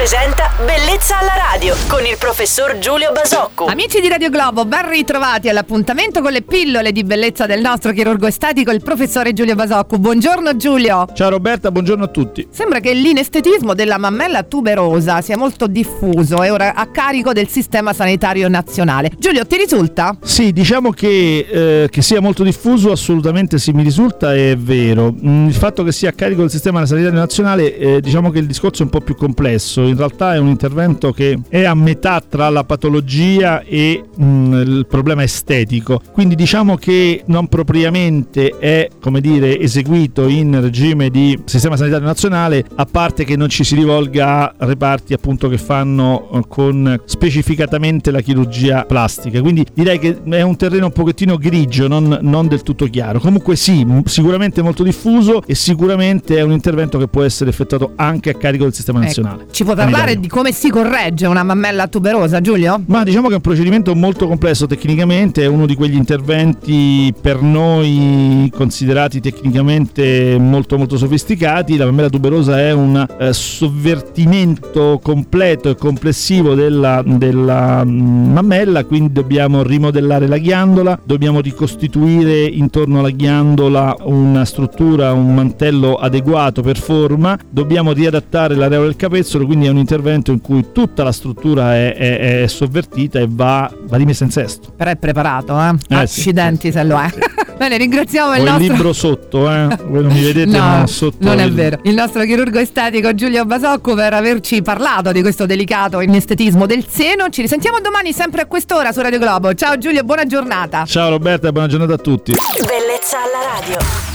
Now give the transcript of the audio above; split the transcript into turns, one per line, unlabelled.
presenta Bellezza alla radio con il professor Giulio Basocco.
Amici di Radio Globo, ben ritrovati all'appuntamento con le pillole di bellezza del nostro chirurgo estetico, il professore Giulio Basocco. Buongiorno Giulio.
Ciao Roberta, buongiorno a tutti.
Sembra che l'inestetismo della mammella tuberosa sia molto diffuso e ora a carico del sistema sanitario nazionale. Giulio, ti risulta?
Sì, diciamo che sia molto diffuso, assolutamente sì, mi risulta, è vero. Il fatto che sia a carico del sistema sanitario nazionale, diciamo che il discorso è un po' più complesso. In realtà è un intervento che è a metà tra la patologia e il problema estetico, quindi diciamo che non propriamente è, come dire, eseguito in regime di sistema sanitario nazionale, a parte che non ci si rivolga a reparti appunto che fanno con specificatamente la chirurgia plastica, quindi direi che è un terreno un pochettino grigio, non del tutto chiaro. Comunque sì, sicuramente molto diffuso e sicuramente è un intervento che può essere effettuato anche a carico del sistema nazionale.
Ci puoi parlare di come si corregge una mammella tuberosa, Giulio?
Ma diciamo che è un procedimento molto complesso tecnicamente, è uno di quegli interventi per noi considerati tecnicamente molto molto sofisticati. La mammella tuberosa è un sovvertimento completo e complessivo della mammella, quindi dobbiamo rimodellare la ghiandola, dobbiamo ricostituire intorno alla ghiandola una struttura, un mantello adeguato per forma, dobbiamo riadattare l'areola del capezzolo, quindi è un intervento in cui tutta la struttura è sovvertita e va rimessa in sesto.
Però è preparato, accidenti se lo è.
Sì.
Bene, ringraziamo il
nostro...
il
libro sotto, voi non mi vedete,
no,
ma sotto
non è vero. Il nostro chirurgo estetico Giulio Basocco per averci parlato di questo delicato inestetismo del seno. Ci risentiamo domani sempre a quest'ora su Radio Globo. Ciao Giulio, buona giornata.
Ciao Roberta, buona giornata a tutti.
Bellezza alla radio.